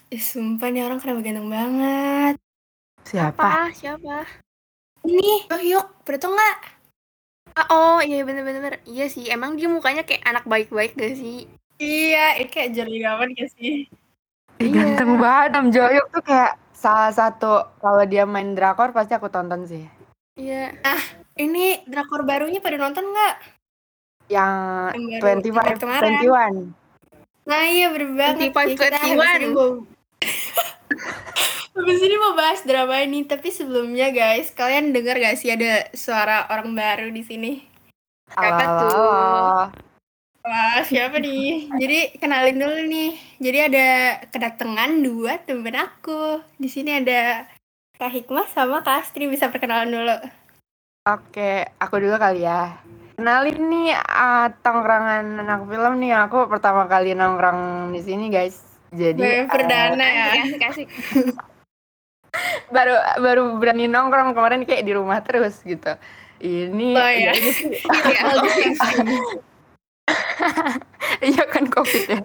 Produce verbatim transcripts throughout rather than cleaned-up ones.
Ih, sumpah nih orang kenapa ganteng banget. Siapa? Apa? Siapa? Ini Dohyuk, pernah tau nggak? Ah, oh iya bener-bener. Iya sih, emang dia mukanya kayak anak baik-baik gak sih? Iya, ini kayak Jerry Gawan gak sih? Ih, Iya. ganteng banget. Nam Jo Hyuk tuh kayak salah satu kalau dia main drakor pasti aku tonton sih. Iya. Nah, ini drakor barunya pada nonton nggak? Yang Yang baru, dua puluh lima, yang kemarin. dua puluh satu. Nah iya bener banget. twenty-five, Ya, kita habis ini twenty-one. mau habis ini mau bahas drama ini. Tapi sebelumnya guys, kalian dengar gak sih ada suara orang baru di sini? Siapa Halo, tuh? halo. Wah, siapa nih? Jadi kenalin dulu nih. Jadi ada kedatangan dua temen aku. Di sini ada Kak Hikmah sama Kak Astri, bisa perkenalan dulu. Oke, aku dulu kali ya. Kenalin nih uh, tongkrongan anak film nih. Aku pertama kali nongkrong di sini, guys. Jadi Baru uh, perdana ya. Asik, asik, asik. baru baru berani nongkrong kemarin kayak di rumah terus gitu. Ini Oh ya. ya ini sih. Physical distancing. Iya kan Covid ya.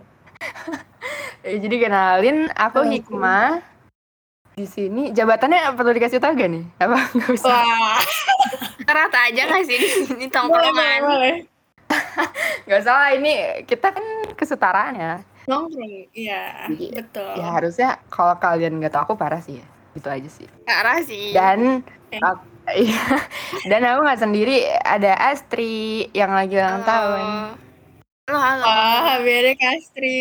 Eh, jadi kenalin, aku Oh, Hikmah. Di sini jabatannya perlu dikasih tahu gak nih? Apa nggak usah? Wah, Rata aja gak sih di sini boleh, boleh, tongkrongan? boleh. Nggak salah, ini kita kan kesetaraan ya. Nongkrong, iya, Jadi betul. ya harusnya kalau kalian nggak tahu aku parah sih ya. Gitu aja sih. Parah sih. Dan Eh. ak- iya. Dan aku nggak sendiri, ada Astri yang lagi ulang tahun. Halo, halo. Wah, beda Kastri.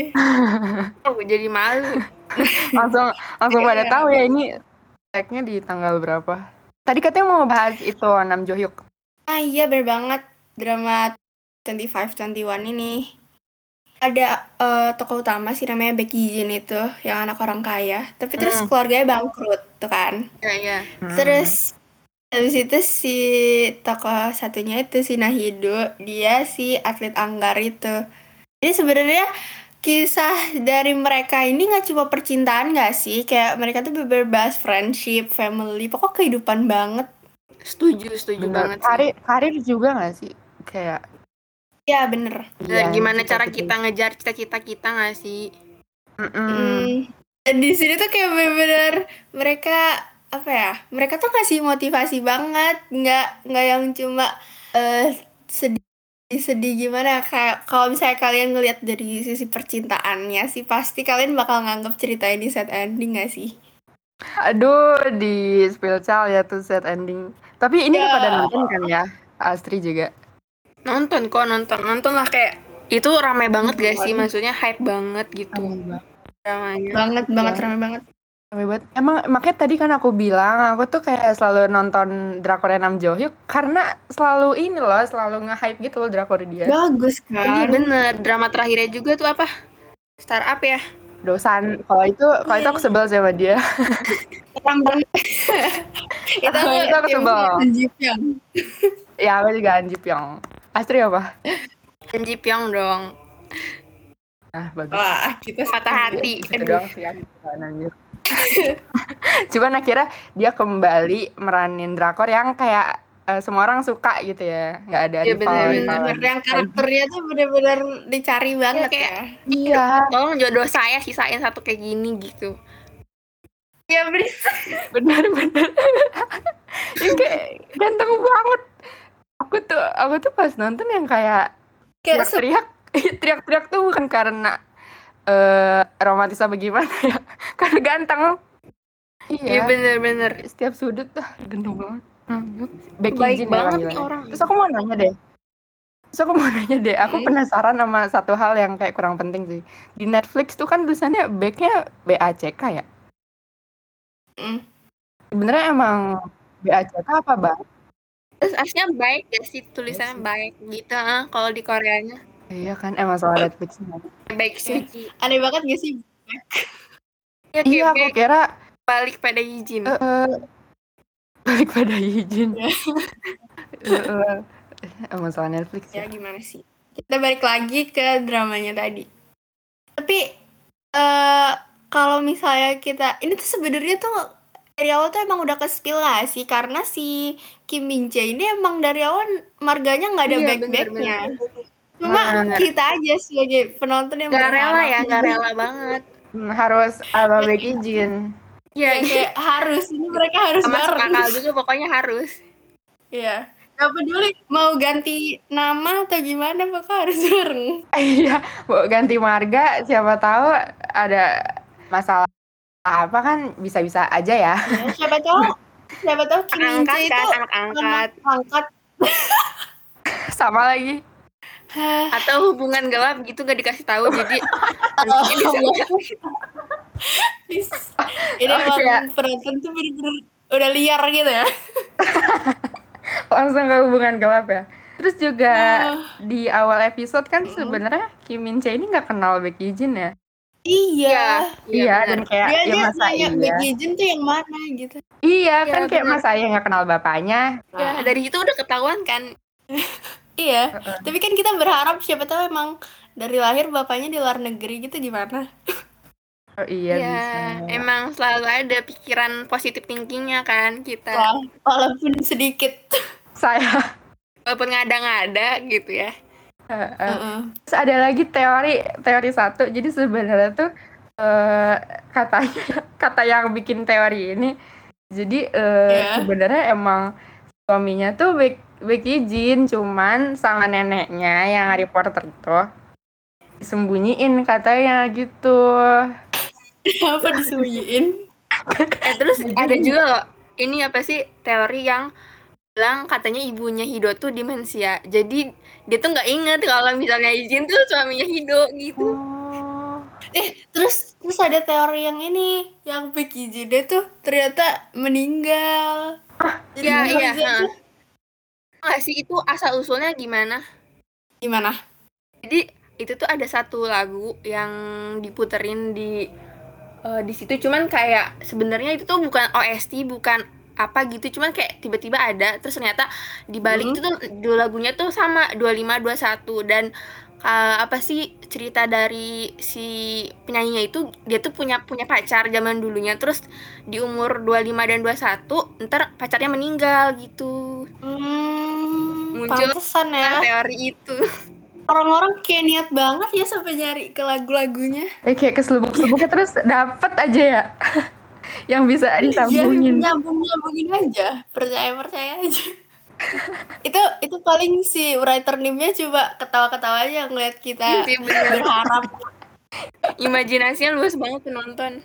Oh, jadi malu. Langsung langsung pada Iya. tahu ya ini tag-nya di tanggal berapa. Tadi katanya mau bahas itu Nam Jo Hyuk. Ah iya, bener banget. Drama twenty-five twenty-one ini. Ada eh, tokoh utama sih namanya Becky Jin itu, yang anak orang kaya. Tapi terus Hmm. keluarganya bangkrut, tuh kan. Iya, iya. Terus habis itu si tokoh satunya itu si Nahido, dia si atlet anggar itu. Jadi sebenarnya kisah dari mereka ini nggak cuma percintaan nggak sih? Kayak mereka tuh berbahas friendship, family, pokok kehidupan banget. Setuju, setuju Bener. banget sih. Karir karir juga nggak sih? Kayak Ya bener. Dan iya, gimana cita-cita cara kita ngejar cita-cita kita gak sih? Mm-mm. Hmm, dan di sini tuh kayak bener-bener mereka apa ya? Mereka tuh kasih motivasi banget, nggak nggak yang cuma eh, sedih-sedih gimana. Kayak kalau misalnya kalian ngelihat dari sisi percintaannya sih, pasti kalian bakal nganggap ceritanya di sad ending nggak sih? Aduh, di spill Child ya tuh sad ending. Tapi ini Ya. pada nonton kan ya? Astri juga. Nonton kok, nonton. Nonton lah kayak itu ramai banget gak sih? Nonton. Maksudnya hype banget gitu dramanya. Banget, banget, Iya. ramai banget. Ramai banget. Emang makanya tadi kan aku bilang, aku tuh kayak selalu nonton drakor Nam Jo Hyuk karena selalu ini loh, selalu nge-hype gitu loh drakor dia. Bagus Iya kan? bener, drama terakhirnya juga tuh apa? Startup ya? Dosan. Kalau itu, kalau itu aku sebel sama dia. Orang banget. Itu aku Itu aku tim sebel. Hanjipyeon. Ya, aku juga Han Ji Pyong. Astri apa? Han Ji Pyong dong. Ah, bagus. Wah, kita Patah hati. Itu Aduh. doang sih, anjir. Cuman akhirnya dia kembali meranin drakor yang kayak uh, semua orang suka gitu ya, nggak ada Iya, rival bener-bener. Bener, yang karakternya tuh bener-bener dicari banget kayak, ya. Iya. Tolong jodoh saya sisain satu kayak gini gitu. Iya bener. Bener-bener. Ini kayak ganteng banget. Aku tuh, aku tuh pas nonton yang kayak Kayak se- teriak-teriak, teriak-teriak tuh bukan karena uh, romantis apa gimana ya, karena ganteng. Iya Iya. bener-bener. Setiap sudut tuh ganteng banget. Hmm. Becky Baik Jin ya banget nih panggilannya. orang. Terus aku mau nanya deh. Terus aku mau nanya deh, aku Hmm. penasaran sama satu hal yang kayak kurang penting sih. Di Netflix tuh kan tulisannya back-nya B A C K ya? Hmm. Sebenarnya emang B A C K apa Bang? Terus aslinya baik ya sih, tulisannya baik gitu ah kalau di Koreanya. Iya kan, emang soal Netflix. Baik Ya. suci. Aneh banget gak sih? Ya, Iya, aku kayak kira balik pada izin. eh, eh, balik pada izin. Ya. Eh, eh, emang soal Netflix Ya ya. gimana sih? Kita balik lagi ke dramanya tadi. Tapi eh kalau misalnya kita ini tuh sebenarnya tuh dari awal tuh emang udah ke-spill gak sih? Karena si Kim Min Jae ini emang dari awal marganya nggak ada Iya, back-backnya. bener-bener. Cuma Bener. kita aja sebagai penonton yang Gak rela berharap. ya, gak rela banget. Hmm, harus apa Becky Jin. Iya, Ya kayak harus ini mereka harus nggak masuk bareng. akal juga, pokoknya harus. Iya. Gak peduli mau ganti nama atau gimana pokoknya harus bareng. Iya, mau ganti marga, siapa tahu ada masalah apa kan bisa-bisa aja ya. Ya, siapa tahu siapa tahu Kim Min Anak angkat Jae itu kan, anak angkat. anak angkat. Sama lagi. Hah, Atau hubungan gelap gitu gak dikasih tahu, jadi nantinya bisa please. Ini Oh, emang kayak penonton tuh bener-bener udah liar gitu ya. langsung ke hubungan gelap ya. Terus juga Ah, di awal episode kan mm. sebenarnya Kim Min Jae ini nggak kenal Becky Jin ya. Iya. Iya, iya Iya, benar. dan kayak Dia ya aja masa nanya iya. Becky Jin tuh yang mana gitu. Iya, Iya kan kayak benar. masa iya nggak kenal bapaknya. Ya, Ah, dari situ udah ketahuan kan. iya. Heeh. Tapi kan kita berharap siapa tahu emang dari lahir bapaknya di luar negeri gitu gimana. Oh iya Ya, bisa. emang selalu ada pikiran positif thinkingnya kan kita. Wah, walaupun sedikit. Saya. Walaupun ngada-ngada gitu ya. Heeh. Heeh. Terus ada lagi teori teori satu. Jadi sebenarnya tuh eh, katanya kata yang bikin teori ini. Jadi eh, Ya. sebenarnya emang suaminya tuh Beck- Becky Jin, cuman sama neneknya yang reporter itu disembunyiin katanya gitu. Apa disembunyiin? Eh terus Jadi ada juga loh, ini apa sih teori yang bilang katanya ibunya Hido tuh demensia. Jadi dia tuh nggak inget kalau misalnya Izin tuh suaminya Hido gitu. oh, Eh, terus terus ada teori yang ini, yang Becky Jin dia tuh ternyata meninggal. Jadi Iya, kalau iya, dia heeh. tuh Nggak sih itu asal usulnya gimana? gimana? Jadi itu tuh ada satu lagu yang diputerin di eh, di situ, cuman kayak sebenarnya itu tuh bukan O S T, bukan apa gitu, cuman kayak tiba-tiba ada, terus ternyata di balik Hmm. itu tuh dua lagunya tuh sama dua lima dua satu, dan eh, apa sih cerita dari si penyanyinya itu, dia tuh punya punya pacar zaman dulunya, terus di umur dua lima dan dua satu ntar pacarnya meninggal gitu. Hmm, Muncul pantesan lah ya. teori itu. Orang-orang kayak niat banget ya sampai nyari ke lagu-lagunya. eh, kayak keselubuk-selubuknya terus dapet aja ya yang bisa Ya disambungin. nyambung-nyambungin aja, percaya-percaya aja. itu itu paling si writer nimnya coba ketawa-ketawa aja ngeliat Iya kita sih bener. berharap. Imajinasinya luas banget penonton.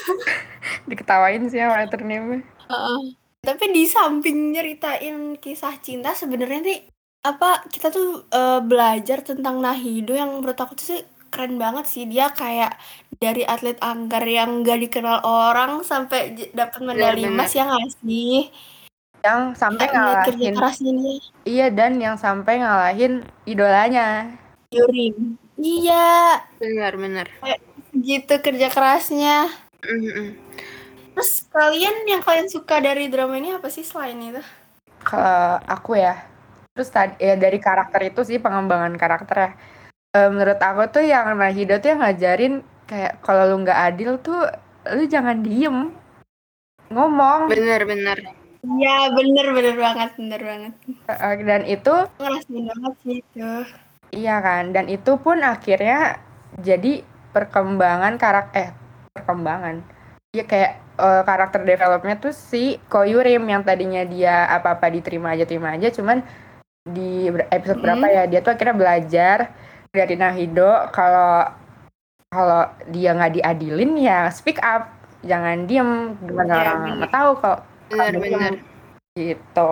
Diketawain sih sama writer name. Heeh. Tapi di samping nyeritain kisah cinta sebenarnya nih apa kita tuh eh, belajar tentang Nahido yang menurut aku tuh sih keren banget sih. Dia kayak dari atlet anggar yang gak dikenal orang sampai j- dapat medali Benar-benar. emas ya nggak sih? Yang sampai Kayak melihat kerja ngalahin, kerasnya dia. iya, dan yang sampai ngalahin idolanya. Yurin. Iya, Benar-benar. kayak gitu kerja kerasnya. Mm-mm. Terus kalian yang kalian suka dari drama ini apa sih selain itu? Kalau aku ya, terus tadi ya dari karakter itu sih, pengembangan karakter ya. Eh, menurut aku tuh yang Nahido tuh yang ngajarin kayak kalau lu nggak adil tuh lu jangan diem, ngomong. Benar-benar. Iya, bener bener banget, bener banget. Eh, dan itu Ngerasain banget sih itu. iya kan, dan itu pun akhirnya jadi perkembangan karakter eh perkembangan ya kayak eh, karakter developnya tuh si Koyurim yang tadinya dia apa-apa diterima aja terima aja, cuman di ber- episode berapa Mm. ya dia tuh akhirnya belajar dari Nahido kalau kalau dia nggak diadilin ya speak up, jangan diem, gimana Iya, orang bener. mau tahu kalau kamu diem Benar-benar. gitu.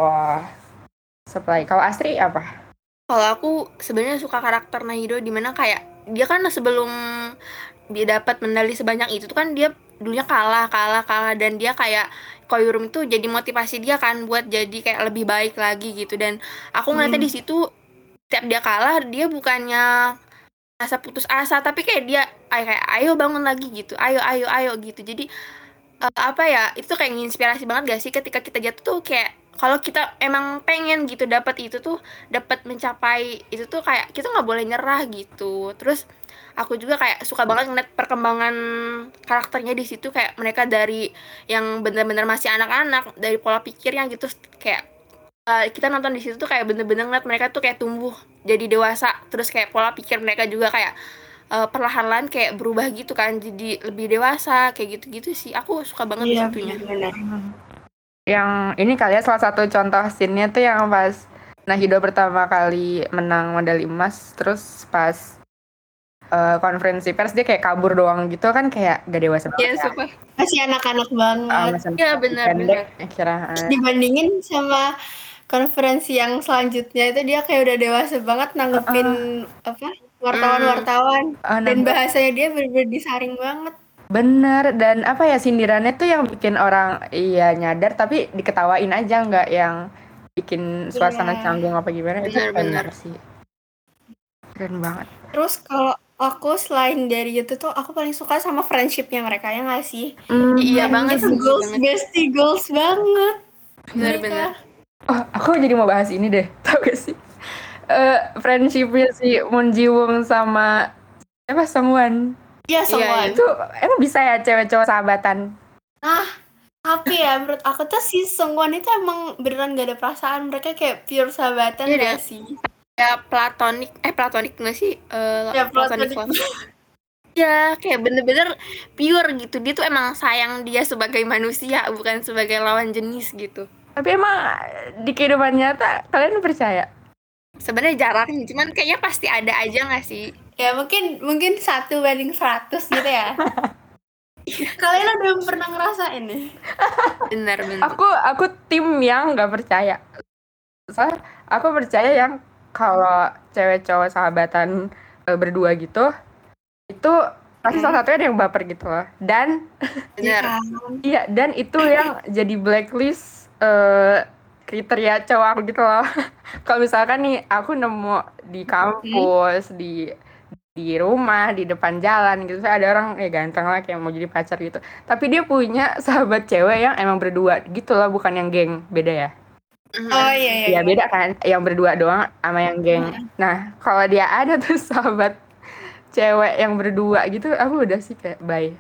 Supply kalau Astri apa? Kalau aku sebenarnya suka karakter Nahido, dimana kayak dia kan sebelum dia dapat medali sebanyak itu tuh kan dia dulunya kalah kalah kalah dan dia kayak Koyurum itu jadi motivasi dia kan buat jadi kayak lebih baik lagi gitu. Dan aku ngeliatnya Hmm. di situ setiap dia kalah dia bukannya rasa putus asa, tapi kayak dia ay- kayak ayo bangun lagi gitu, ayo ayo ayo gitu. Jadi eh, apa ya, itu tuh kayak nginspirasi banget gak sih ketika kita jatuh tuh, kayak kalau kita emang pengen gitu dapat itu tuh, dapat mencapai itu tuh, kayak kita nggak boleh nyerah gitu. Terus aku juga kayak suka banget ngeliat perkembangan karakternya di situ, kayak mereka dari yang benar-benar masih anak-anak, dari pola pikirnya gitu, kayak eh, kita nonton di situ tuh kayak bener-bener ngeliat mereka tuh kayak tumbuh jadi dewasa, terus kayak pola pikir mereka juga kayak uh, perlahan-lahan kayak berubah gitu kan, jadi lebih dewasa kayak gitu-gitu sih. Aku suka banget di Iya situnya. benar-benar. Yang ini kali ya salah satu contoh scene-nya tuh yang pas Nahido pertama kali menang medali emas, terus pas uh, konferensi pers dia kayak kabur doang gitu kan, kayak gak dewasa banget Iya, ya. sumpah. Masih anak-anak Uh, banget. masih Iya, masih benar-benar. pendek kira. Terus dibandingin sama konferensi yang selanjutnya itu dia kayak udah dewasa banget nanggepin apa wartawan-wartawan Uh, dan nanggep- bahasanya dia bener-bener disaring banget. Bener, dan apa ya, sindirannya tuh yang bikin orang iya nyadar tapi diketawain aja, nggak yang bikin suasana Iya. canggung apa gimana. Itu keren Benar-benar. banget sih, keren banget. Terus kalau aku selain dari itu tuh aku paling suka sama friendshipnya mereka, ya nggak sih? Hmm, Iya Kayak banget itu sih, goals, banget. bestie goals banget Benar-benar. mereka. Oh, aku jadi mau bahas ini deh, tau gak sih? Eh, friendshipnya si Moon Ji Woong sama apa Sungwon Iya Iya, semua. iya. itu emang bisa ya cewek cowok sahabatan? Nah, tapi ya menurut aku tuh si Sungwon itu emang beneran gak ada perasaan, mereka kayak pure sahabatan Iya, gak deh. sih? Ya platonik, eh platonik nggak sih? Eh, Ya platonic platonic. love. Ya, kayak bener-bener pure gitu. Dia tuh emang sayang dia sebagai manusia, bukan sebagai lawan jenis gitu. Tapi emang di kehidupan nyata kalian percaya? Sebenarnya jarang, cuman kayaknya pasti ada aja nggak sih? Ya mungkin mungkin satu banding seratus gitu ya. Kalian ada yang pernah ngerasain nih? Benar-benar. Aku aku tim yang nggak percaya. Soalnya aku percaya yang kalau cewek cowok sahabatan e, berdua gitu, itu pasti salah satunya ada yang baper gitu loh. Dan Benar. iya, dan itu yang jadi blacklist eh, kriteria cowok aku gitu loh. Kalau misalkan nih aku nemu di kampus, di di rumah, di depan jalan gitu, saya ada orang ya ganteng lah kayak mau jadi pacar gitu. Tapi dia punya sahabat cewek yang emang berdua gitu loh, bukan yang geng, beda ya. Oh iya iya. Ya beda kan, yang berdua doang sama yang geng. Nah, kalau dia ada tuh sahabat cewek yang berdua gitu, aku udah sih kayak bye.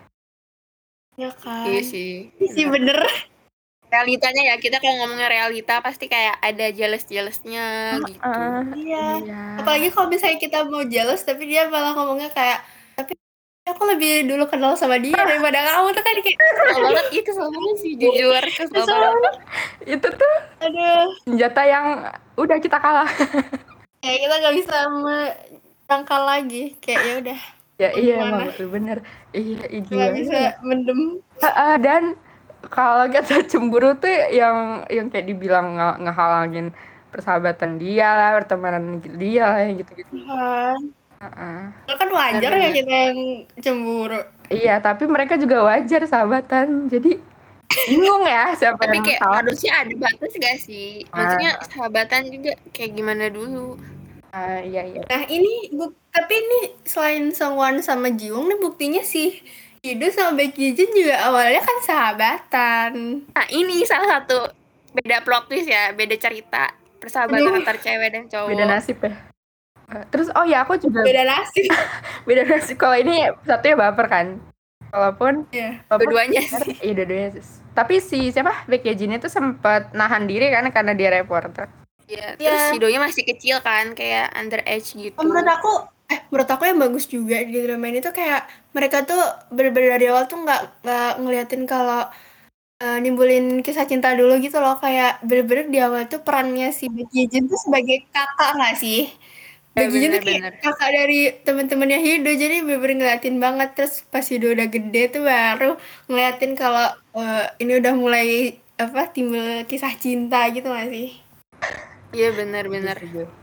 Ya kan. Iya sih. Iya sih bener. Realitanya ya, kita kalau ngomongin realita pasti kayak ada jealous-jealousnya gitu. Ah, Iya. iya. Apalagi kalau misalnya kita mau jealous tapi dia malah ngomongnya kayak tapi aku lebih dulu kenal sama dia daripada kamu tuh kan kayak Kesel banget, itu kesel banget sih, jujur kesel kesel banget. banget. Itu tuh Aduh. senjata yang udah kita kalah. Kayak kita nggak bisa menangkal lagi. Kayak ya udah. Ya Mau iya gimana? emang bener. Iya, iya Nggak gimana bisa ya? mendem. Ah, ah, dan kalau kita cemburu tuh yang yang kayak dibilang nge- ngehalangin persahabatan dia lah, pertemanan dia lah, yang gitu-gitu. Tuhan. Ah, ah. Kan wajar ya Bener-bener. kita yang cemburu. Iya, tapi mereka juga wajar sahabatan. Jadi bingung ya siapa Tapi yang kayak salah. harusnya ada batas gak sih? Maksudnya sahabatan juga kayak gimana dulu? Ah, iya iya. Nah ini buk tapi ini selain Sungwon sama Jiwon nih buktinya sih Hidu sama Baek Jin juga awalnya kan sahabatan. Nah, ini salah satu beda plot twist ya, beda cerita persahabatan Aduh. antar cewek dan cowok. Beda nasib ya. Ah, terus oh ya aku juga Beda nasib. beda nasib. Kalau ini satunya baper kan. Walaupun Iya. walaupun Dua-duanya bener, sih. iya dua-duanya. Tapi si siapa Baek Jin itu sempat nahan diri kan karena dia reporter. Iya, Iya. terus Hidonya masih kecil kan, kayak underage gitu. Oh, menurut aku eh menurut aku yang bagus juga di drama ini tuh kayak mereka tuh bener-bener dari awal tuh nggak nggak ngeliatin kalau eh, nimbulin kisah cinta dulu gitu loh, kayak bener-bener di awal tuh perannya si Baek Jin tuh sebagai kakak nggak sih? Ya, Baek Jin tuh kayak bener-bener. kakak dari teman-temannya Hido, jadi bener-bener ngeliatin banget. Terus pas Hido udah gede tuh baru ngeliatin kalau eh, ini udah mulai apa timbul kisah cinta gitu nggak sih? Iya, bener-bener.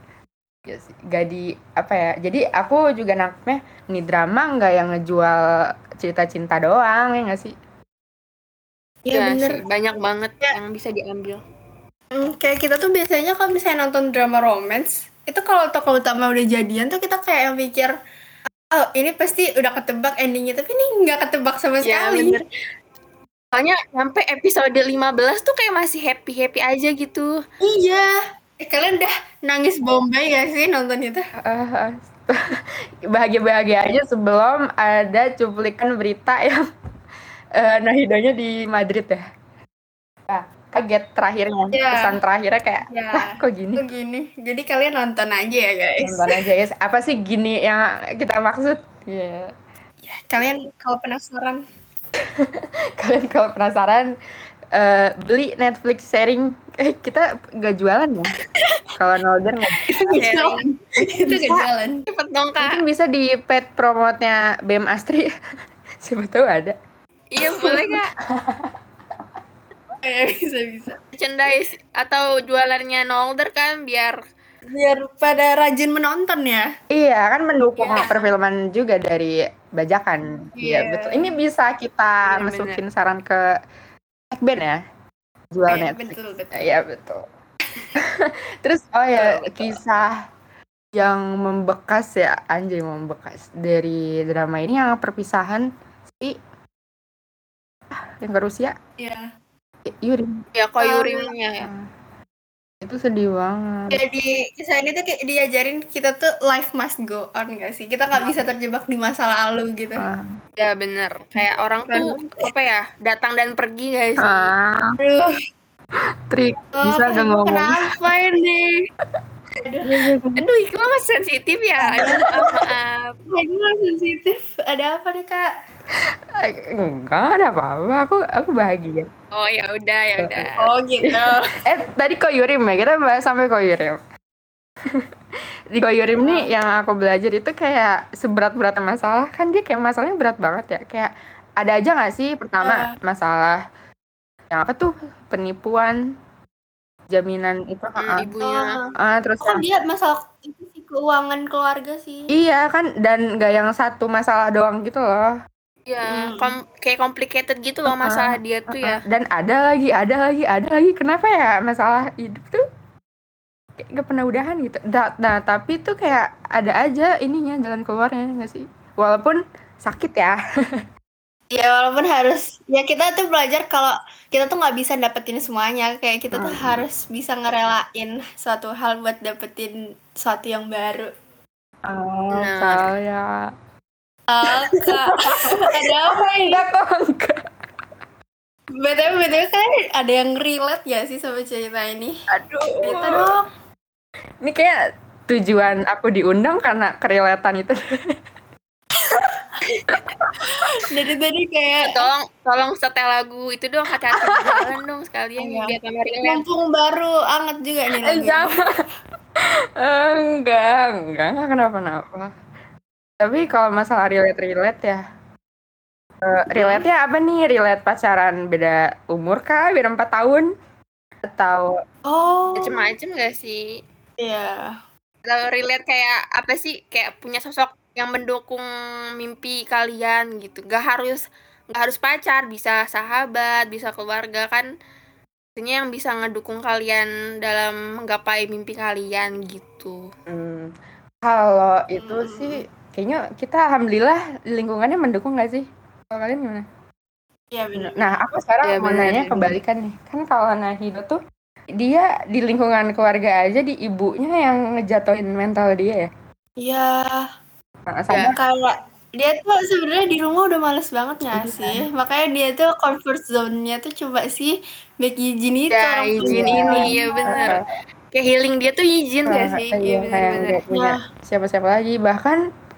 Ya sih, gak di apa ya. Jadi aku juga nangkepnya ini drama nggak yang ngejual cerita cinta doang, ya nggak sih? Iya Ya bener. sih, banyak banget Ya. yang bisa diambil. Hmm, kayak kita tuh biasanya kalau misalnya nonton drama romance, itu kalau tokoh utama udah jadian tuh kita kayak yang pikir, oh ini pasti udah ketebak endingnya, tapi ini nggak ketebak sama Ya, sekali. bener. Soalnya sampai episode lima belas tuh kayak masih happy-happy aja gitu. Iya. Eh, kalian udah nangis Bombay gak sih nonton itu? Uh, bahagia-bahagia aja sebelum ada cuplikan berita yang uh, Nahidonya di Madrid ya. Nah, kaget terakhirnya. Iya. Pesan terakhirnya kayak, Ya, "Lah, kok gini?" kok gini. Jadi kalian nonton aja ya guys. Nonton aja guys. Apa sih gini yang kita maksud? Iya. Ya, kalian kalau penasaran, Kalian kalau penasaran eh, beli Netflix sharing. Eh kita nggak jualan ya? Kalau Nolder nggak. itu bisa, Sharing. itu gak jalan. Cepet dong kak. Mungkin bisa di pet promote-nya B M Astri. Siapa tahu ada. Iya boleh kak. Ya, bisa bisa. Merchandise atau jualannya Nolder kan biar Biar pada rajin menonton ya. Iya kan mendukung Iya. perfilman juga dari bajakan. Iya Iya. betul. Ini bisa kita Bener, masukin saran ke Ekben ya. Jual Iya, Netflix. betul betul. Iya betul. Terus oh ya kisah yang membekas ya anjay membekas dari drama ini yang perpisahan si ah, yang ke Rusia Iya. Yuri. ya koyurimnya ya. Ah, itu sedih banget. Jadi kisah ini tuh kayak diajarin kita tuh life must go on gak sih? Kita nggak bisa terjebak di masa lalu gitu. Ah, Ya bener. Kayak orang tuh apa ya datang dan pergi guys. ah, Aduh, trik oh, bisa gak ngomong. Kenapa ini? Aduh, Iqbal masih sensitif ya. Aduh, maaf, maaf. lagi lah sensitif. Ada apa nih kak? Eh, enggak ada apa-apa. Aku aku bahagia. Oh ya udah ya udah. Oh gitu. Eh tadi Koyurim ya kita bahas sampai Koyurim. Di Koyurim nih yang aku belajar itu kayak seberat-berat masalah kan dia kayak masalahnya berat banget ya kayak ada aja nggak sih pertama masalah yang apa tuh penipuan jaminan itu Hmm, ah, ibunya. ah, terus Aku kan lihat masalah itu sih keuangan keluarga sih. iya kan dan nggak yang satu masalah doang gitu loh. Ya, Hmm. kom- kayak complicated gitu loh masalah dia tuh ya. Dan ada lagi, ada lagi, ada lagi. Kenapa ya masalah hidup tuh kayak gak pernah udahan gitu. Nah, nah, tapi tuh kayak ada aja ininya jalan keluarnya nggak sih? Walaupun sakit ya. Ya walaupun harus ya kita tuh belajar kalau kita tuh nggak bisa dapetin semuanya kayak kita tuh Hmm. harus bisa ngerelain suatu hal buat dapetin sesuatu yang baru. Oh, Benar. saya. Oh, kak, ada apa ini? Enggak kok, enggak. btw btw kan ada yang relate ya sih sama cerita ini? Aduh. Cerita dong. Ini kayak tujuan aku diundang karena kerelatan itu. Dari tadi kayak Tolong tolong setel lagu itu dong hati-hati di jalan dong sekalian Iya. biar sama relate. mumpung baru anget juga nih lagunya. Jangan. enggak, enggak, enggak kenapa-napa. Tapi kalau masalah relate-relate ya. Uh, relate-nya apa nih? Relate pacaran beda umur kah? Beda empat tahun? Atau Oh, Macem-macem gak sih? iya. Kalau relate kayak apa sih? Kayak punya sosok yang mendukung mimpi kalian gitu. Gak harus gak harus pacar, bisa sahabat, bisa keluarga kan. Artinya yang bisa ngedukung kalian dalam menggapai mimpi kalian gitu. hmm, kalau itu Hmm. sih kayaknya kita alhamdulillah lingkungannya mendukung nggak sih? Kalau kalian gimana? Iya benar. Nah, aku sekarang Ya, mau benar, nanya benar. kebalikan nih. Kan kalau Nahido tuh dia di lingkungan keluarga aja di ibunya yang ngejatuhin mental dia ya. Iya, Nah, sama kayak dia tuh sebenarnya di rumah udah males banget nggak Iya. sih? Makanya dia tuh comfort zone-nya tuh coba sih make izin itu Ya, orang izin tua. ini ya bener. Kayak healing dia tuh izin Nah, gak sih? iya, Iya kayak bener-bener. nggak punya siapa-siapa lagi. Bahkan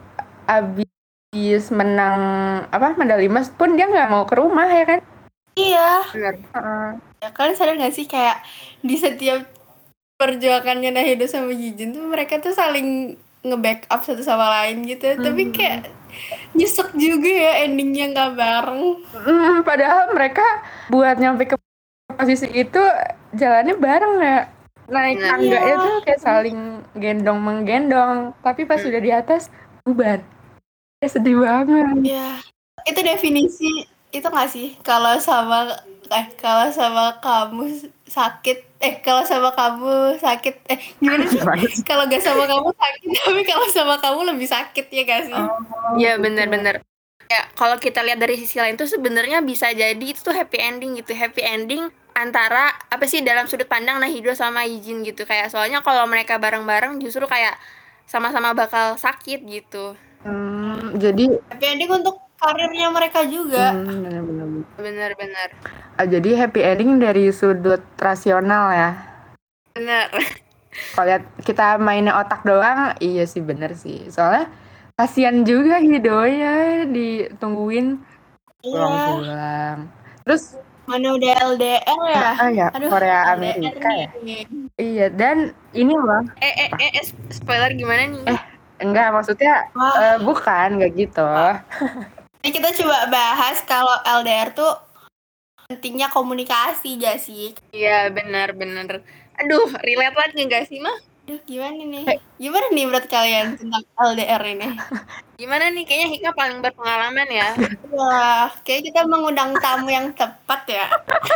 abis menang apa medali emas pun dia nggak mau ke rumah ya kan? Iya. Bener. Heeh. Ya, kalian sadar nggak sih kayak di setiap perjuangannya Nahido sama Yijin tuh mereka tuh saling nge-backup satu sama lain gitu. Tapi kayak nyesek juga ya endingnya nggak bareng. Hmm, padahal mereka buat nyampe ke posisi itu jalannya bareng ya. Naik Nah, tangganya iya. tuh kayak saling gendong menggendong. Tapi pas Hmm. sudah di atas bubar. Ya sedih banget. Iya. Itu definisi itu nggak sih kalau sama eh kalau sama kamu sakit eh kalau sama kamu sakit eh gimana sih? Gimana sih? Kalau gak sama kamu sakit tapi kalau sama kamu lebih sakit ya gak sih? Iya bener-bener. Ya kalau kita lihat dari sisi lain tuh sebenarnya bisa jadi itu tuh happy ending gitu. Happy ending antara apa sih dalam sudut pandang Nahido sama Yijin gitu. Kayak soalnya kalau mereka bareng-bareng justru kayak sama-sama bakal sakit gitu. Hmm, jadi Happy ending untuk karirnya mereka juga. hmm, benar-benar. Bener-bener. Ah, jadi happy ending dari sudut rasional ya. Bener. Kalau lihat kita mainnya otak doang, iya sih bener sih. Soalnya kasihan juga Hidoya ditungguin Iya, pulang-pulang. Terus mana udah L D R ya? ah ya Aduh, Korea L D R Amerika nih. ya. Iya dan ini loh. Eh, eh, eh, eh, spoiler gimana nih? Eh enggak maksudnya Wah, eh, bukan nggak gitu. ini kita coba bahas kalau L D R tuh pentingnya komunikasi gak sih? Iya, benar-benar. Aduh, relate lagi nggak sih, mah? Aduh, gimana nih? Eh, Gimana nih menurut kalian tentang L D R ini? Gimana nih? Kayaknya Hika paling berpengalaman ya. Wah, kayak kita mengundang tamu yang tepat ya.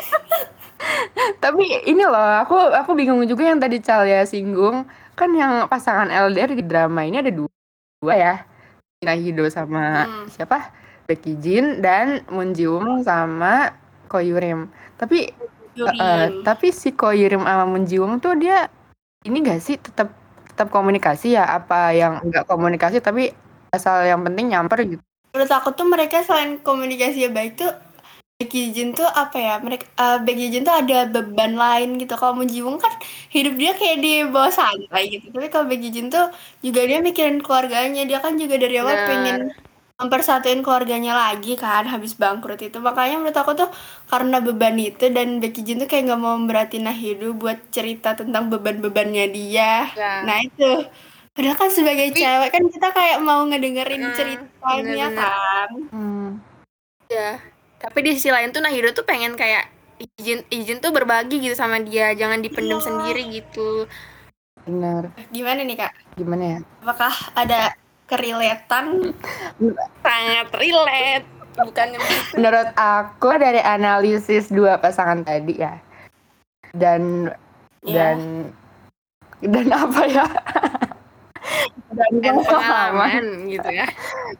Tapi ini loh, aku aku bingung juga yang tadi Calia singgung. Kan yang pasangan L D R di drama ini ada dua, dua ya. Nahido sama Hmm, siapa? Becky Jin dan Moon Ji Woong sama Ko Yurim. Tapi eh, eh, Yurin. tapi si Ko Yurim sama Moon Ji Woong tuh dia ini gak sih tetap tetap komunikasi ya? Apa yang enggak komunikasi tapi asal yang penting nyamper gitu. Menurut aku tuh mereka selain komunikasi yang baik tuh Becky Jin tuh apa ya? Mereka uh, Becky Jin tuh ada beban lain gitu. Kalau Moon Ji Woong kan hidup dia kayak di bawah santai gitu. Tapi kalau Becky Jin tuh juga dia mikirin keluarganya. Dia kan juga dari awal pengen Benar. mempersatuin keluarganya lagi kan habis bangkrut itu. Makanya menurut aku tuh karena beban itu dan Becky Jin tuh kayak nggak mau memberatin Nahidu buat cerita tentang beban-bebannya dia. Ya. Nah itu. Padahal kan sebagai Tapi- cewek kan kita kayak mau ngedengerin Hmm, ceritanya bener-bener. kan. Hmm. Ya. Tapi di sisi lain tuh Nahido tuh pengen kayak izin izin tuh berbagi gitu sama dia, jangan dipendam Iya. sendiri gitu. Benar. Gimana nih Kak? Gimana ya? Apakah ada kereletan? Sangat relate. Bukannya begitu. Menurut aku dari analisis dua pasangan tadi ya. Dan Ya. dan dan apa ya? dan Dan pengalaman. pengalaman gitu ya.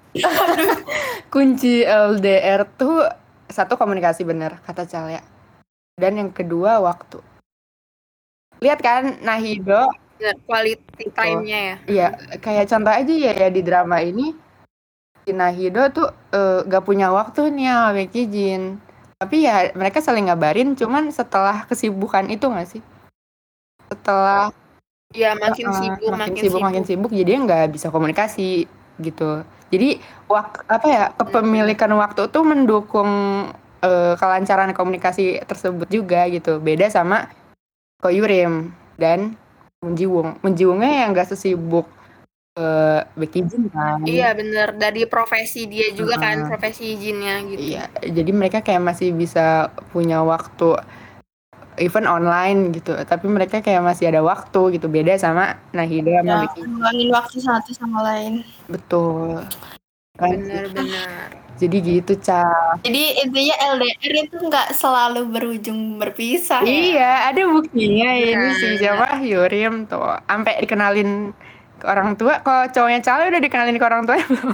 Kunci L D R tuh satu komunikasi bener kata Calia. Dan yang kedua waktu. Lihat kan Nahido, Bener, quality Itu. time-nya ya. iya kayak contoh aja ya, ya di drama ini si Nahido tuh eh, gak punya waktu nih sama Becky Jin. Tapi ya mereka saling ngabarin cuman setelah kesibukan itu gak sih? Setelah Ya makin uh, sibuk, makin, makin sibuk sibuk. makin sibuk jadi nggak bisa komunikasi gitu. Jadi wak apa ya kepemilikan waktu tuh mendukung uh, kelancaran komunikasi tersebut juga gitu. Beda sama Ko Yurim dan Moon Ji Woong. Moon Ji Woongnya yang nggak sesibuk uh, Becky Jin kan. Iya bener, dari profesi dia juga Uh, kan, profesi izinnya gitu. Iya, jadi mereka kayak masih bisa punya waktu even online gitu, tapi mereka kayak masih ada waktu gitu, beda sama Nahido sama Ya, Becky. ngulangin waktu satu sama lain. Betul. Kan? Bener-bener. Jadi gitu, Cal. Jadi intinya L D R itu nggak selalu berujung berpisah ya. Iya, ada buktinya ini Nah. sih siapa Yurim tuh, sampai dikenalin ke orang tua. Kalau cowoknya Cal udah dikenalin ke orang tua belum?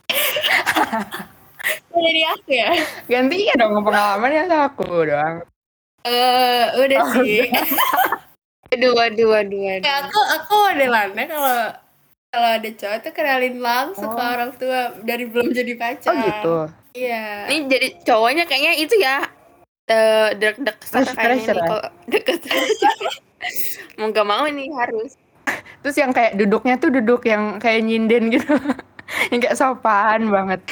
Dari aku ya. Gantinya dong pengalaman ya aku doang. Eh, udah Oh, sih. Waduh, waduh, waduh, waduh. Ya, aku aku modelannya kalau kalau ada cowok tuh kenalin langsung ke Oh. orang tua dari belum jadi pacar. Oh gitu. Iya. Ini jadi cowoknya kayaknya itu ya, eh dek-dek Pressure, kayaknya pressure nih ya? kalau deket. Mau gak mau nih harus. Terus yang kayak duduknya tuh duduk yang kayak nyinden gitu. Yang kayak sopan banget.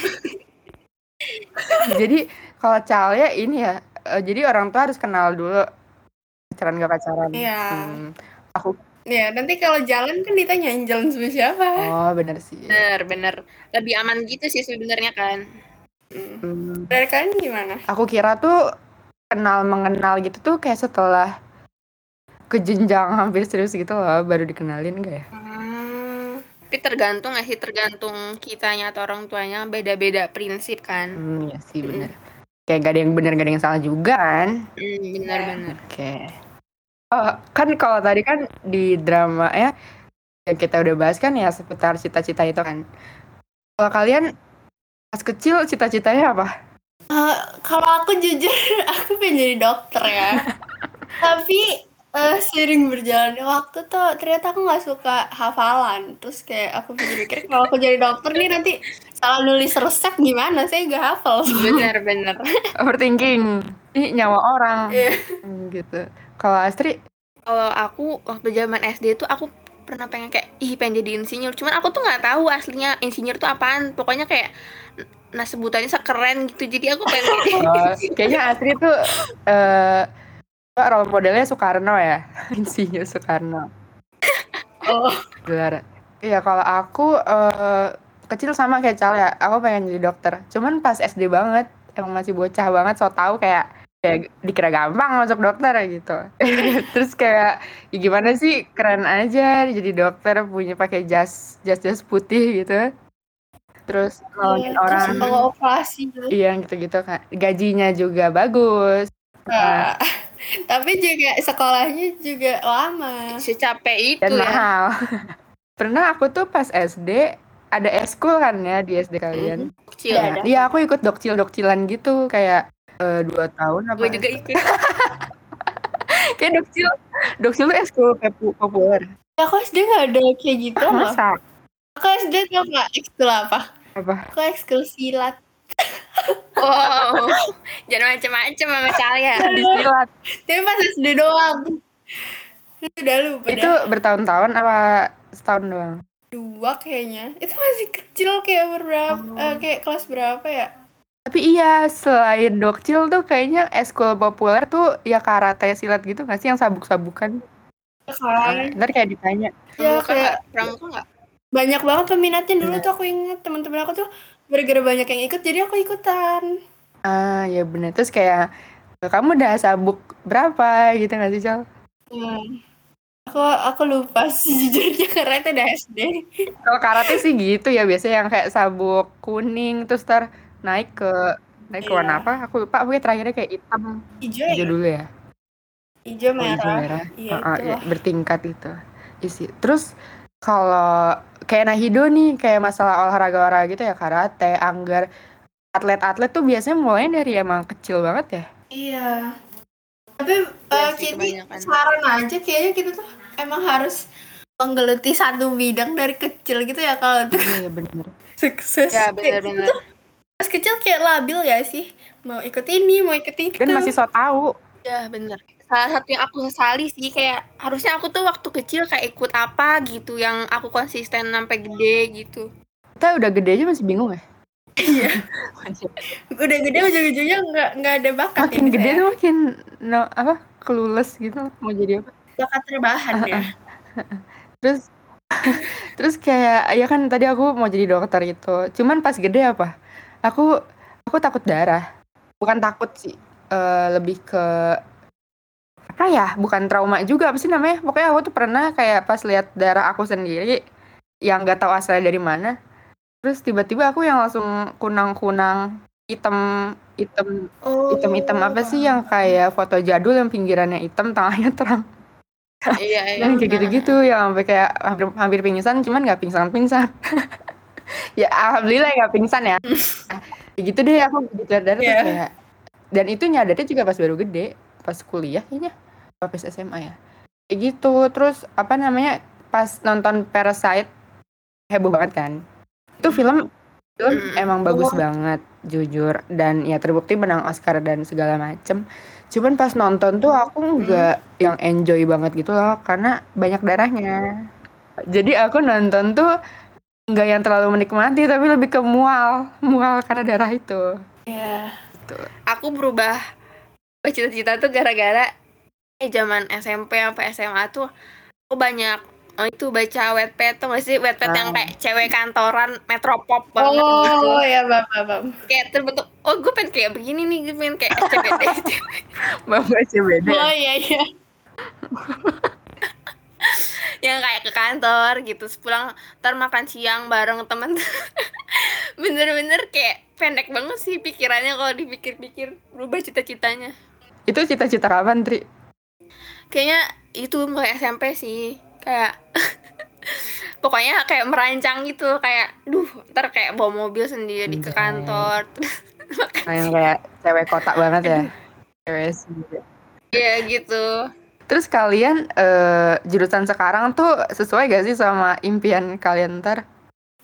Jadi kalau Calnya ini ya, eh, jadi orang tua harus kenal dulu pacaran gak pacaran. Iya. Hmm, aku Ya, nanti kalau jalan kan ditanyain jalan sama siapa. oh bener sih. Bener, bener. Lebih aman gitu sih sebenarnya kan. Hmm, Dari kalian gimana? aku kira tuh kenal mengenal gitu tuh kayak setelah ke jenjang hampir serius gitu loh baru dikenalin gak ya? Hmm, Tapi tergantung nggak sih, tergantung kitanya atau orang tuanya, beda-beda prinsip kan. Hmm, ya sih bener. Kayak gak ada yang bener gak ada yang salah juga kan? Hmm, bener-bener. Oke. Oh, kan kalau tadi kan di drama ya yang kita udah bahas kan ya seputar cita-cita itu kan. Kalau kalian pas kecil cita-citanya apa? eh, kalau aku jujur aku pengen jadi dokter ya. Tapi eh, seiring berjalannya waktu tuh ternyata aku nggak suka hafalan. Terus kayak aku pikir-pikir kalau aku jadi dokter nih nanti salah nulis resep gimana? Saya nggak hafal. Bener-bener. Overthinking. Ih, nyawa orang. Iya. Hmm, gitu. Kalau Astri, Kalau aku waktu zaman S D tuh aku pernah pengen kayak ih pengen jadi insinyur, cuman aku tuh nggak tahu aslinya insinyur tuh apaan. Pokoknya kayak nah sebutannya sekeren gitu, jadi aku pengen kayak oh, kayaknya Astri tuh eh role modelnya Soekarno ya. Insinyur Soekarno. Oh, Gelar. Iya, kalau aku eh kecil sama kayak Cal ya. Aku pengen jadi dokter. Cuman pas S D banget, emang masih bocah banget, so tau kayak kayak dikira gampang masuk dokter gitu. Terus kayak ya gimana sih, keren aja jadi dokter, punya pakai jas jas jas putih gitu. Terus nolongin iya. Terus orang. kalau operasi gitu. Iya gitu-gitu kan. Gajinya juga bagus. Nah, Nah, tapi juga sekolahnya juga lama. secapek dan itu ya. mahal. Pernah aku tuh pas S D ada eskul kan ya di S D kalian. Kecil. Ada, Nah, ada. iya aku ikut dokcil-dokcilan gitu kayak eh, dua tahun apa? Gue juga ikut. Kayak dokcil, dokcil tuh eskul popu- populer. Ya, aku S D nggak ada kayak gitu loh. Masa? Aku S D tau nggak ekskul apa? Apa? Aku ekskul silat. Wow, jangan macem-macem sama Calia. Di silat. Tapi pas S D doang. Udah lupa Itu dah. bertahun-tahun apa setahun doang? Dua kayaknya. Itu masih kecil kayak berapa? eh, kayak kelas berapa ya? Tapi iya, selain dokcil tuh kayaknya eskul populer tuh ya karate silat gitu nggak sih yang sabuk-sabukan? Ya kan? Nah, ntar kayak ditanya. Ya Pramuka kayak nggak? Pramuka nggak? banyak banget peminatnya dulu Bener. tuh, aku inget teman-teman aku tuh gara-gara banyak yang ikut jadi aku ikutan. Ah, ya bener. Terus kayak kamu udah sabuk berapa gitu nggak sih, Cal? Hmm. Aku aku lupa sejujurnya karena itu udah S D. Kalau karate sih gitu ya, biasanya yang kayak sabuk kuning terus ntar naik ke naik ke warna Iya. apa? Aku lupa. Pokoknya terakhirnya kayak hitam. Hijau Hijau ya? dulu ya. Hijau Oh, hijau merah. merah. Iya Ah, ah, itu iya, lah. bertingkat itu. Isi. Terus kalau kayak Nahido nih, kayak masalah olahraga-olahraga gitu ya, karate, anggar, atlet-atlet tuh biasanya mulainya dari emang kecil banget ya. Iya. Tapi Iya eh, sih, Kitty kebanyakan. saran aja kayaknya kita tuh emang harus menggeluti satu bidang dari kecil gitu ya kalau untuk Iya, ya bener. sukses. Ya Kayak kita bener-bener. tuh pas kecil kayak labil ya sih, mau ikut ini mau ikut itu. Kan masih so tau. Ya bener. Salah satu yang aku sesali sih kayak harusnya aku tuh waktu kecil kayak ikut apa gitu yang aku konsisten sampai gede gitu. Kita udah gede aja masih bingung ya. Iya. Udah gede ujung-ujungnya nggak nggak ada bakat Makin ya gede saya. tuh makin no, apa clueless gitu mau jadi apa. Bakat terbahan ya. Terus terus kayak ya kan tadi aku mau jadi dokter itu. Cuman pas gede apa? Aku aku takut darah. Bukan takut sih. Eh, lebih ke apa ya? Bukan trauma juga apa sih namanya? Pokoknya aku tuh pernah kayak pas lihat darah aku sendiri yang nggak tahu asalnya dari mana. Terus tiba-tiba aku yang langsung kunang-kunang, hitam hitam Oh. hitam-hitam apa sih yang kayak foto jadul yang pinggirannya hitam, tengahnya terang. Iya iya. Dan kayak gitu-gitu yang sampai kayak hampir, hampir pingsan, cuman nggak pingsan-pingsan. Ya alhamdulillah nggak pingsan ya. Kayak gitu deh aku gitu darah terus Iya. kayak, dan itu nyadarnya juga pas baru gede, pas kuliah kayaknya, apa pas S M A ya. Kayak gitu. Terus apa namanya, pas nonton Parasite heboh banget kan. Itu film film Mm. emang bagus Oh. banget jujur, dan ya terbukti menang Oscar dan segala macem. Cuman pas nonton tuh aku nggak yang enjoy banget gitu loh karena banyak darahnya. Jadi aku nonton tuh nggak yang terlalu menikmati tapi lebih ke mual, mual karena darah itu. Iya. Gitu. Aku berubah cita-cita tuh gara-gara eh zaman S M P sampai S M A tuh aku banyak oh, itu baca Wattpad tuh nggak sih Wattpad yang Ah. kayak cewek kantoran metropop banget gitu. Oh ya bapak bapak. Kayak terbentuk oh gue pengen kayak begini nih gue pengen kayak S C B D. Bapak C B D. Oh iya iya. Yang kayak ke kantor gitu sepulang ntar makan siang bareng temen. Bener-bener kayak pendek banget sih pikirannya kalau dipikir-pikir berubah cita-citanya. Itu cita-cita kapan, Tri? Kayaknya itu mulai S M P sih kayak pokoknya kayak merancang gitu kayak duh ntar kayak bawa mobil sendiri ke Anjay. kantor. Nah, yang kayak cewek kotak banget ya. Cewek sendiri. Iya gitu. Terus kalian eh, jurusan sekarang tuh sesuai gak sih sama impian kalian ntar?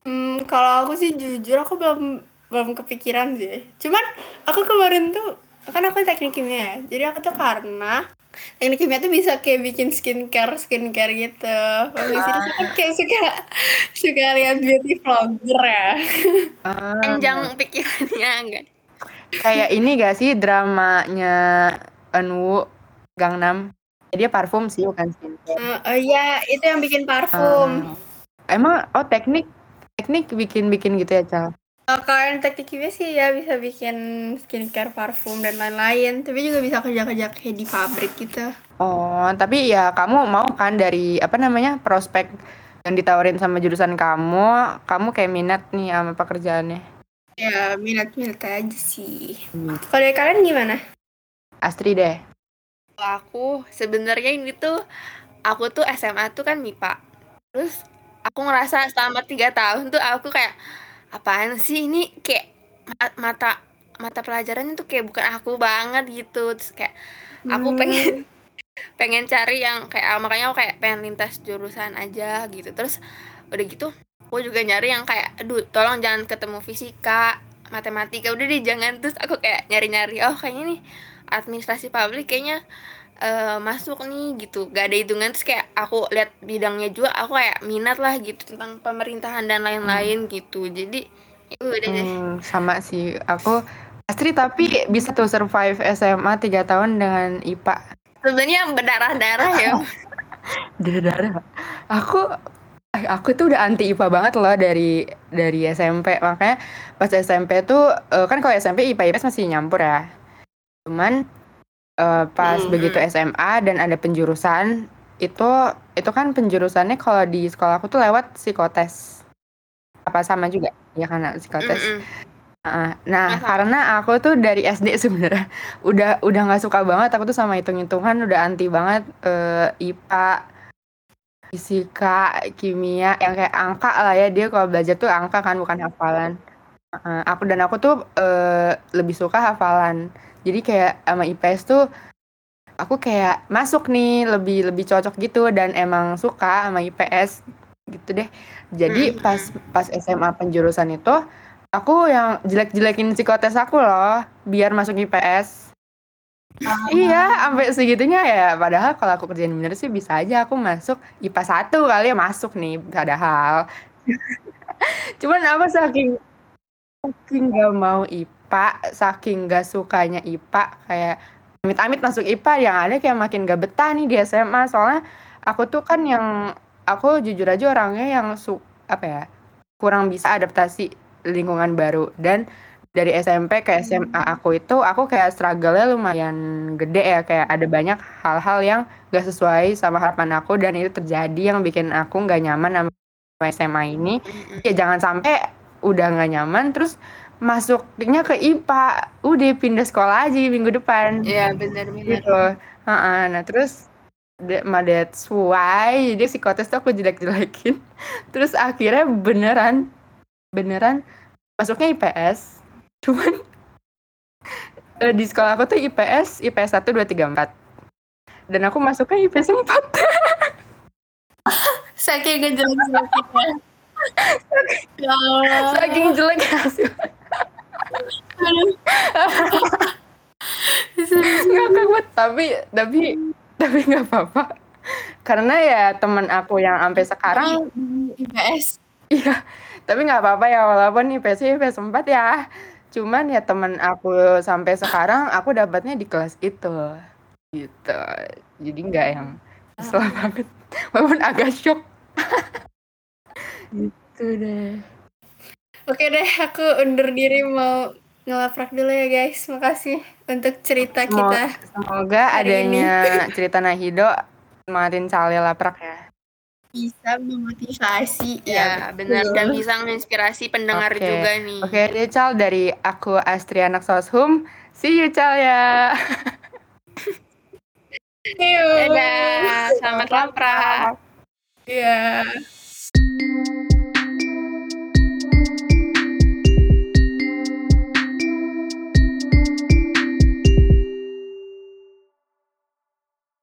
Hmm, kalau aku sih jujur aku belum belum kepikiran sih. Cuman aku kemarin tuh kan aku teknik kimia ya. Jadi aku tuh karena teknik kimia tuh bisa kayak bikin skincare skincare gitu. Kalau di sini kan kayak suka suka lihat beauty vlogger ya. Panjang Ah, pikirannya enggak. kayak ini gak sih dramanya Eunwoo Gangnam? Ya, dia parfum sih bukan skincare. Eh, oh iya, itu yang bikin parfum. Ah, emang oh teknik teknik bikin bikin gitu ya Cal? Eh, kalau yang teknik kimia sih ya bisa bikin skincare, parfum dan lain-lain. Tapi juga bisa kerja-kerja kayak di pabrik gitu. Oh, tapi ya kamu mau kan dari apa namanya prospek yang ditawarin sama jurusan kamu, kamu kayak minat nih sama pekerjaannya. Ya minat-minat aja sih. Hmm. Kalau dari kalian gimana? Astri deh. Kalau aku sebenarnya ini tuh aku tuh S M A tuh kan MIPA. Terus aku ngerasa selama tiga tahun tuh aku kayak apaan sih ini kayak ma- mata mata pelajarannya tuh kayak bukan aku banget gitu. Terus kayak aku pengen Hmm, pengen cari yang kayak makanya aku kayak pengen lintas jurusan aja gitu. Terus udah gitu aku juga nyari yang kayak aduh tolong jangan ketemu fisika, matematika, udah deh jangan. Terus aku kayak nyari-nyari oh kayaknya nih administrasi publik kayaknya eh, masuk nih gitu, gak ada hitungan. Terus kayak aku lihat bidangnya juga aku kayak minat lah gitu tentang pemerintahan dan lain-lain gitu. Jadi ya udah deh. Hmm, sama sih. Aku Astri tapi bisa tuh survive S M A tiga tahun dengan I P A. Sebenarnya berdarah-darah ya. Darah. Aku eh, aku tuh udah anti I P A banget loh dari dari S M P. Makanya pas S M P tuh eh, kan kalau S M P I P A I P S masih nyampur ya. Cuman eh, pas begitu Mm-mm. S M A dan ada penjurusan itu itu kan penjurusannya kalau di sekolah aku tuh lewat psikotes. Apa sama juga? Ya karena psikotes. Mm-mm. Nah, nah, Sama-sama. karena aku tuh dari S D sebenarnya udah udah nggak suka banget aku tuh sama hitung-hitungan udah anti banget eh, I P A, fisika, kimia yang kayak angka lah ya dia kalau belajar tuh angka kan bukan hafalan. Eh, aku dan aku tuh eh, lebih suka hafalan. Jadi kayak sama I P S tuh aku kayak masuk nih lebih lebih cocok gitu dan emang suka sama I P S gitu deh. Jadi pas Mm-mm. pas S M A penjurusan itu aku yang jelek-jelekin psikotes aku loh biar masuk I P S. Iya, sampai segitunya ya. Padahal kalau aku kerjain bener sih bisa aja aku masuk I P A satu kali ya masuk nih padahal. Cuman apa saking saking gak mau I P A, saking gak sukanya I P A kayak amit-amit masuk I P A yang ada kayak makin gak betah nih di S M A soalnya aku tuh kan yang aku jujur aja orangnya yang su apa ya kurang bisa adaptasi lingkungan baru dan dari S M P ke S M A aku itu aku kayak struggle-nya lumayan gede ya kayak ada banyak hal-hal yang gak sesuai sama harapan aku dan itu terjadi yang bikin aku nggak nyaman sama S M A ini Mm-mm. ya jangan sampai udah nggak nyaman terus masuknya ke I P A udah pindah sekolah aja minggu depan Ya benar-benar. gitu. Heeh, nah terus the- ma that's why jadi psikotes tuh aku jelek-jelekin terus akhirnya beneran beneran masuknya I P S cuman eh, di sekolah aku tuh I P S I P S satu dua tiga empat dan aku masuknya I P S empat. saking ngejelek-jelekin ya. Ya Saking Allah. jelek hasil Aduh, ngakak seru-seru. banget tapi tapi tapi nggak apa-apa karena ya temen aku yang sampai sekarang Di, di I P S. iya tapi nggak apa-apa ya walaupun I P S I P S empat ya cuman ya temen aku sampai sekarang aku dapatnya di kelas itu gitu jadi nggak yang kesel banget walaupun agak shock gitu deh. Oke deh, aku undur diri mau ngelaprak dulu ya guys. Makasih untuk cerita Semoga, kita semoga hari ini. adanya cerita Nahido semangatin Cale laprak ya. Bisa memotivasi. Ya Ya benar dan betul. bisa menginspirasi pendengar Oke, juga oke nih. deh Cal dari aku Astri anak Soshum. See you Cal ya. Yuk. Dadah, selamat Selamat laprak. laprak. Ya.